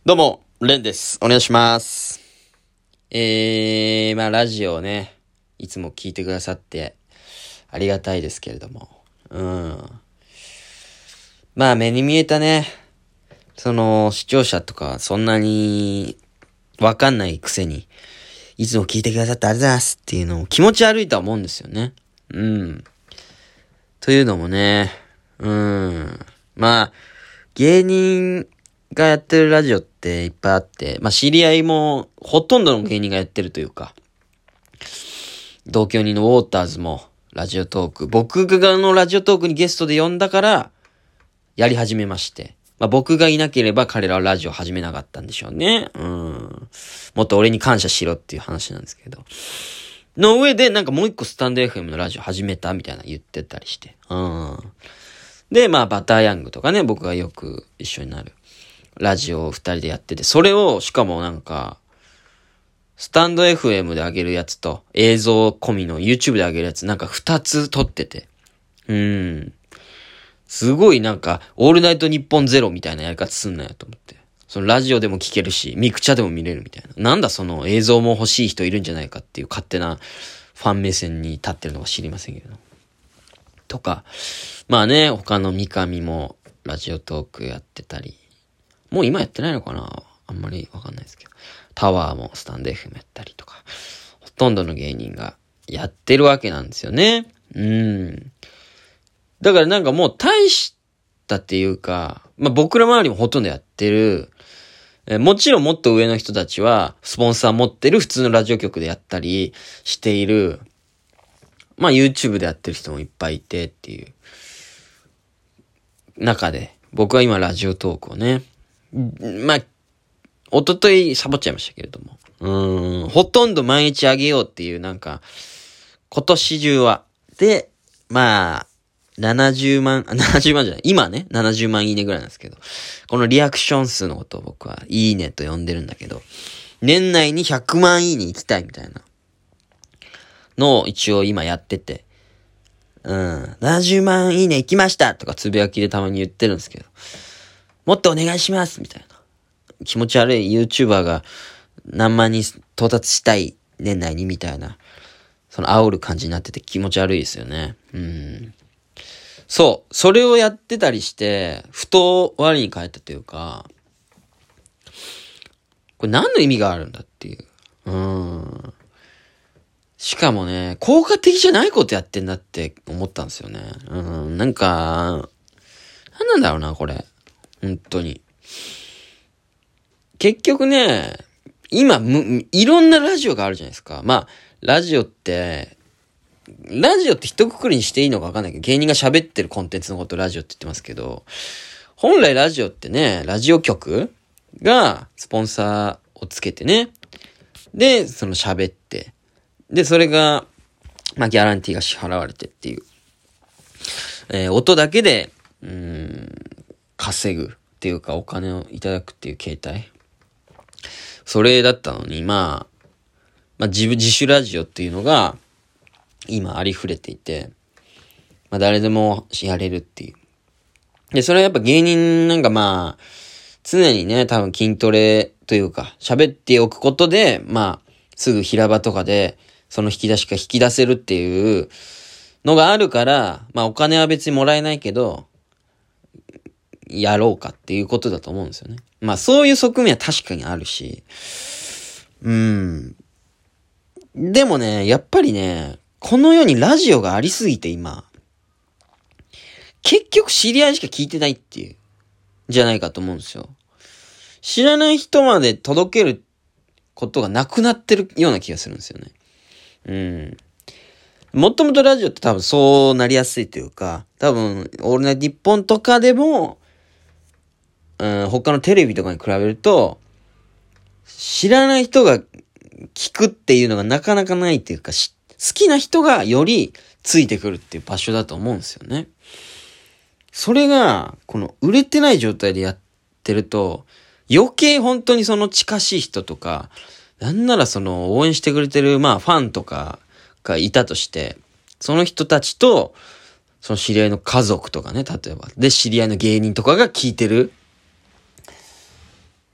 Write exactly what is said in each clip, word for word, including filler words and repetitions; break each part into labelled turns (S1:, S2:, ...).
S1: どうも、レンです。お願いします。えー、まあラジオね、いつも聞いてくださってありがたいですけれども。うん。まあ目に見えたね、その視聴者とかそんなにわかんないくせに、いつも聞いてくださってありがとうございますっていうのも気持ち悪いとは思うんですよね。うん。というのもね、うん。まあ、芸人がやってるラジオっていっぱいあって、まあ知り合いもほとんどの芸人がやってるというか、同居人のウォーターズもラジオトーク、僕がのラジオトークにゲストで呼んだからやり始めまして、まあ僕がいなければ彼らはラジオ始めなかったんでしょうね。うん。もっと俺に感謝しろっていう話なんですけど。の上でなんかもう一個スタンド エフエム のラジオ始めたみたいな言ってたりして。うん。で、まあバターヤングとかね、僕がよく一緒になるラジオを二人でやってて、それをしかもなんか、スタンド エフエム で上げるやつと映像込みの YouTube で上げるやつなんか二つ撮ってて。うーん。すごいなんか、オールナイトニッポンゼロみたいなやり方すんなよと思って。そのラジオでも聞けるし、ミクチャでも見れるみたいな。なんだその映像も欲しい人いるんじゃないかっていう勝手なファン目線に立ってるのか知りませんけど。とか。まあね、他の三上もラジオトークやってたり。もう今やってないのかな？あんまりわかんないですけど。タワーもスタンド エフエム やったりとか。ほとんどの芸人がやってるわけなんですよね。うん。だからなんかもう大したっていうか、まあ僕ら周りもほとんどやってる。えもちろんもっと上の人たちはスポンサー持ってる普通のラジオ局でやったりしている。まあ YouTube でやってる人もいっぱいいてっていう中で僕は今ラジオトークをね、まあ、一昨日サボっちゃいましたけれども。うーん、ほとんど毎日あげようっていうなんか、今年中は。で、まあ、ななじゅうまん、ななじゅうまんじゃない。今ね、ななじゅうまんいいねぐらいなんですけど。このリアクション数のことを僕はいいねと呼んでるんだけど、年内にひゃくまんいいね行きたいみたいなのを一応今やってて。うん、ななじゅうまんいいね行きましたとかつぶやきでたまに言ってるんですけど、もっとお願いしますみたいな。気持ち悪い YouTuber が何万人到達したい年内にみたいな、その煽る感じになってて気持ち悪いですよね。うん。そう。それをやってたりして、ふと我に返ったというか、これ何の意味があるんだっていう。うん。しかもね、効果的じゃないことやってんだって思ったんですよね。うん。なんか、何なんだろうな、これ。本当に。結局ね、今む、いろんなラジオがあるじゃないですか。まあ、ラジオって、ラジオって一括りにしていいのかわかんないけど、芸人が喋ってるコンテンツのことをラジオって言ってますけど、本来ラジオってね、ラジオ局がスポンサーをつけてね、で、その喋って、で、それが、まあ、ギャランティーが支払われてっていう、えー、音だけで、うーん、稼ぐっていうか、お金をいただくっていう形態。それだったのに、まあ、まあ自分、自主ラジオっていうのが、今ありふれていて、まあ誰でもやれるっていう。で、それはやっぱ芸人なんかまあ、常にね、多分筋トレというか、喋っておくことで、まあ、すぐ平場とかで、その引き出しか引き出せるっていうのがあるから、まあお金は別にもらえないけど、やろうかっていうことだと思うんですよね。まあそういう側面は確かにあるし、うーん。でもね、やっぱりね、この世にラジオがありすぎて今、結局知り合いしか聞いてないっていう、じゃないかと思うんですよ。知らない人まで届けることがなくなってるような気がするんですよね。うん。もともとラジオって多分そうなりやすいというか、多分、オールナイトニッポンとかでも、うん、他のテレビとかに比べると、知らない人が聞くっていうのがなかなかないっていうか、好きな人がよりついてくるっていう場所だと思うんですよね。それが、この売れてない状態でやってると、余計本当にその近しい人とか、なんならその応援してくれてるまあファンとかがいたとして、その人たちと、その知り合いの家族とかね、例えば。で、知り合いの芸人とかが聞いてる。っ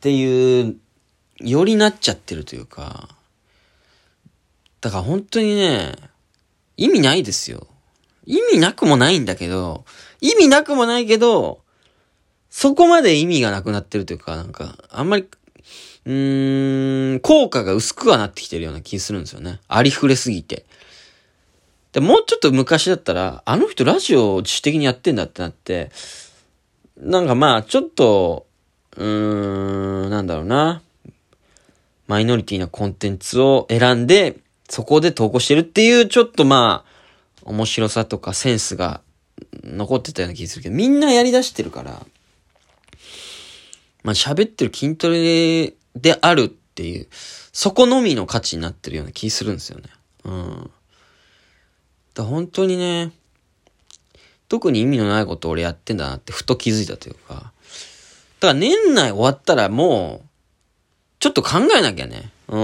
S1: っていう、よりなっちゃってるというか、だから本当にね、意味ないですよ。意味なくもないんだけど、意味なくもないけど、そこまで意味がなくなってるというか、なんか、あんまり、うーん、効果が薄くはなってきてるような気するんですよね。ありふれすぎて。でもうちょっと昔だったら、あの人ラジオを自主的にやってんだってなって、なんかまあ、ちょっと、うーん、なんだろうな。マイノリティなコンテンツを選んで、そこで投稿してるっていう、ちょっとまあ、面白さとかセンスが残ってたような気がするけど、みんなやり出してるから、まあ喋ってる筋トレであるっていう、そこのみの価値になってるような気するんですよね。うん。だ本当にね、特に意味のないことを俺やってんだなってふと気づいたというか。だから年内終わったらもう、ちょっと考えなきゃね。うん。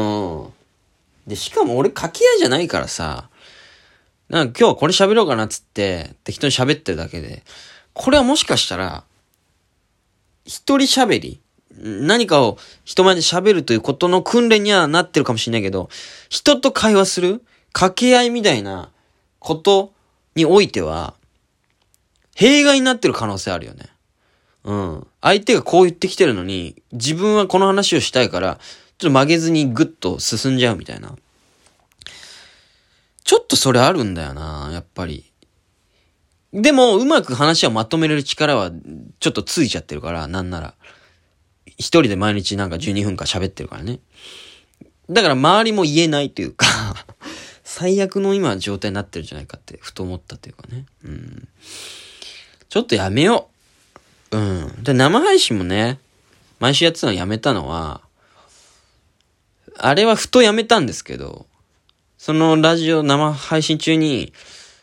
S1: で、しかも俺書き合いじゃないからさ、なんか今日はこれ喋ろうかなっつって、適当に喋ってるだけで、これはもしかしたら、一人喋り、何かを人前で喋るということの訓練にはなってるかもしれないけど、人と会話する掛け合いみたいなことにおいては、弊害になってる可能性あるよね。うん。相手がこう言ってきてるのに、自分はこの話をしたいから、ちょっと曲げずにグッと進んじゃうみたいな。ちょっとそれあるんだよな、やっぱり。でも、うまく話をまとめれる力は、ちょっとついちゃってるから、なんなら。一人で毎日なんかじゅうにふんかん喋ってるからね。だから周りも言えないというか、最悪の今状態になってるんじゃないかって、ふと思ったというかね。うん。ちょっとやめよう。うん。で、生配信もね、毎週やってたのやめたのは、あれはふとやめたんですけど、そのラジオ生配信中に、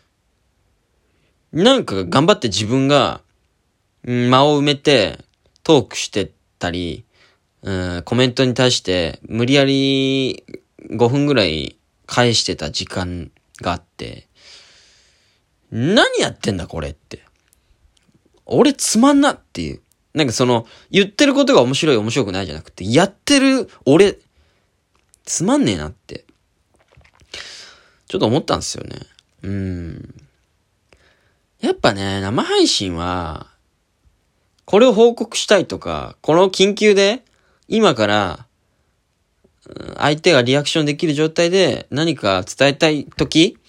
S1: なんか頑張って自分が、ん間を埋めてトークしてたり、うん、コメントに対して無理やりごふんぐらい返してた時間があって、何やってんだこれって。俺つまんなっていう。なんかその、言ってることが面白い面白くないじゃなくて、やってる俺、つまんねえなって。ちょっと思ったんですよね。うん。やっぱね、生配信は、これを報告したいとか、この緊急で、今から、相手がリアクションできる状態で何か伝えたいとき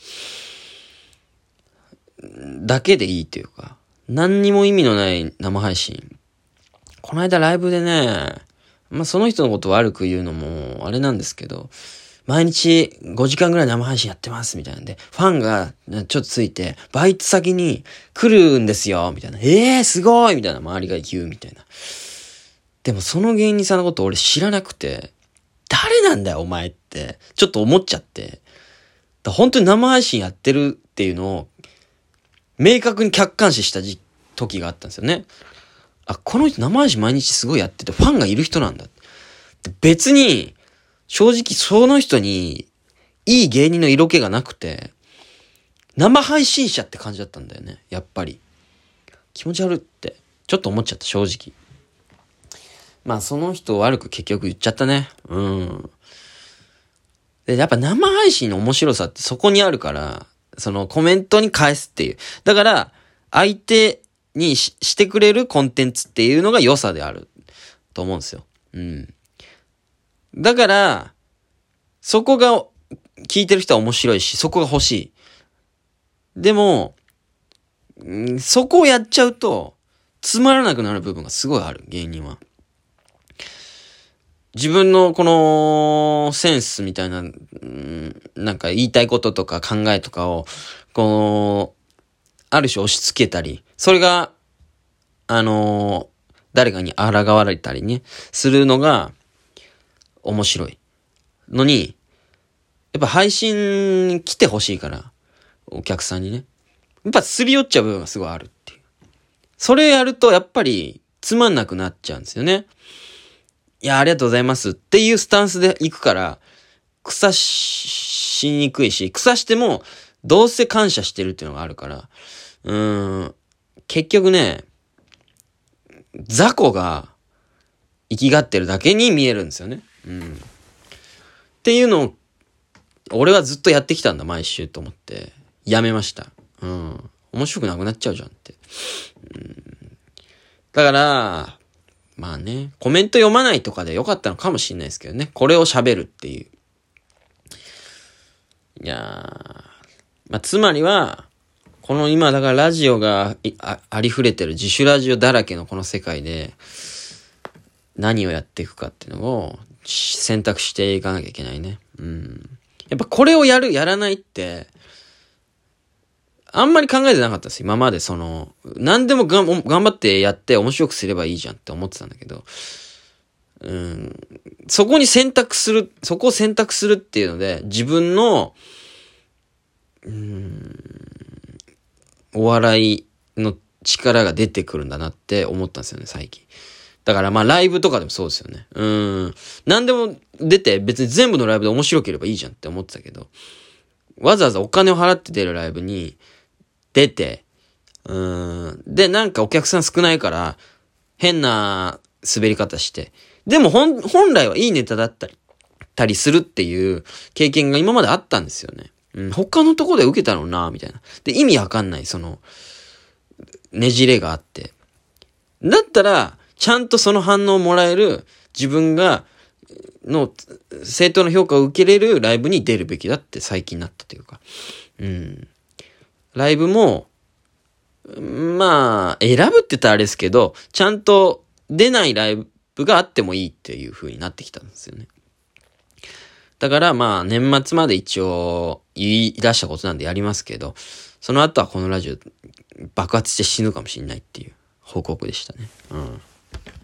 S1: だけでいいというか、何にも意味のない生配信。この間ライブでね、まあ、その人のことを悪く言うのも、あれなんですけど、毎日ごじかんぐらい生配信やってますみたいなんで、ファンがちょっとついて、バイト先に来るんですよみたいな。えーすごいみたいな周りが言うみたいな。でもその芸人さんのこと俺知らなくて、誰なんだよお前って、ちょっと思っちゃって。だ本当に生配信やってるっていうのを、明確に客観視した時があったんですよね。あ、この人生配信毎日すごいやってて、ファンがいる人なんだ。別に、正直その人にいい芸人の色気がなくて、生配信者って感じだったんだよね。やっぱり。気持ち悪って、ちょっと思っちゃった、正直。まあその人を悪く結局言っちゃったね。うん。で、やっぱ生配信の面白さってそこにあるから、そのコメントに返すっていう。だから、相手に し, してくれるコンテンツっていうのが良さであると思うんですよ。うん。だから、そこが聞いてる人は面白いし、そこが欲しい。でも、んそこをやっちゃうと、つまらなくなる部分がすごいある、芸人は。自分のこのセンスみたいな、んなんか言いたいこととか考えとかを、こう、ある種押し付けたり、それが、あのー、誰かに抗われたりね、するのが面白いのに、やっぱ配信に来てほしいから、お客さんにね。やっぱすり寄っちゃう部分がすごいあるっていう。それやるとやっぱりつまんなくなっちゃうんですよね。いや、ありがとうございますっていうスタンスで行くから、腐しにくいし、腐してもどうせ感謝してるっていうのがあるから、うーん、結局ね、雑魚が生きがってるだけに見えるんですよね。うん。っていうのを、俺はずっとやってきたんだ、毎週と思って。やめました。うん。面白くなくなっちゃうじゃんって。うん、だから、まあね、コメント読まないとかでよかったのかもしれないですけどね。これを喋るっていう。いやー、まあ、つまりは、この今だからラジオが あ, ありふれてる自主ラジオだらけのこの世界で、何をやっていくかっていうのを選択していかなきゃいけないね。うん。やっぱこれをやる、やらないって、あんまり考えてなかったです。今までその、何でもがん頑張ってやって面白くすればいいじゃんって思ってたんだけど、うん、そこに選択する、そこを選択するっていうので、自分の、うん、お笑いの力が出てくるんだなって思ったんですよね、最近。だからまあライブとかでもそうですよね。うん。何でも出て別に全部のライブで面白ければいいじゃんって思ってたけど、わざわざお金を払って出るライブに出て、うーん。で、なんかお客さん少ないから変な滑り方して。でも本、本来はいいネタだったり、たりするっていう経験が今まであったんですよね。うん。他のとこで受けたのなみたいな。で、意味わかんない、その、ねじれがあって。だったら、ちゃんとその反応をもらえる自分がの正当な評価を受けれるライブに出るべきだって最近なったというか、うん、ライブもまあ選ぶって言ったらあれですけど、ちゃんと出ないライブがあってもいいっていう風になってきたんですよね。だからまあ年末まで一応言い出したことなんでやりますけど、その後はこのラジオ爆発して死ぬかもしれないっていう報告でしたね。うん。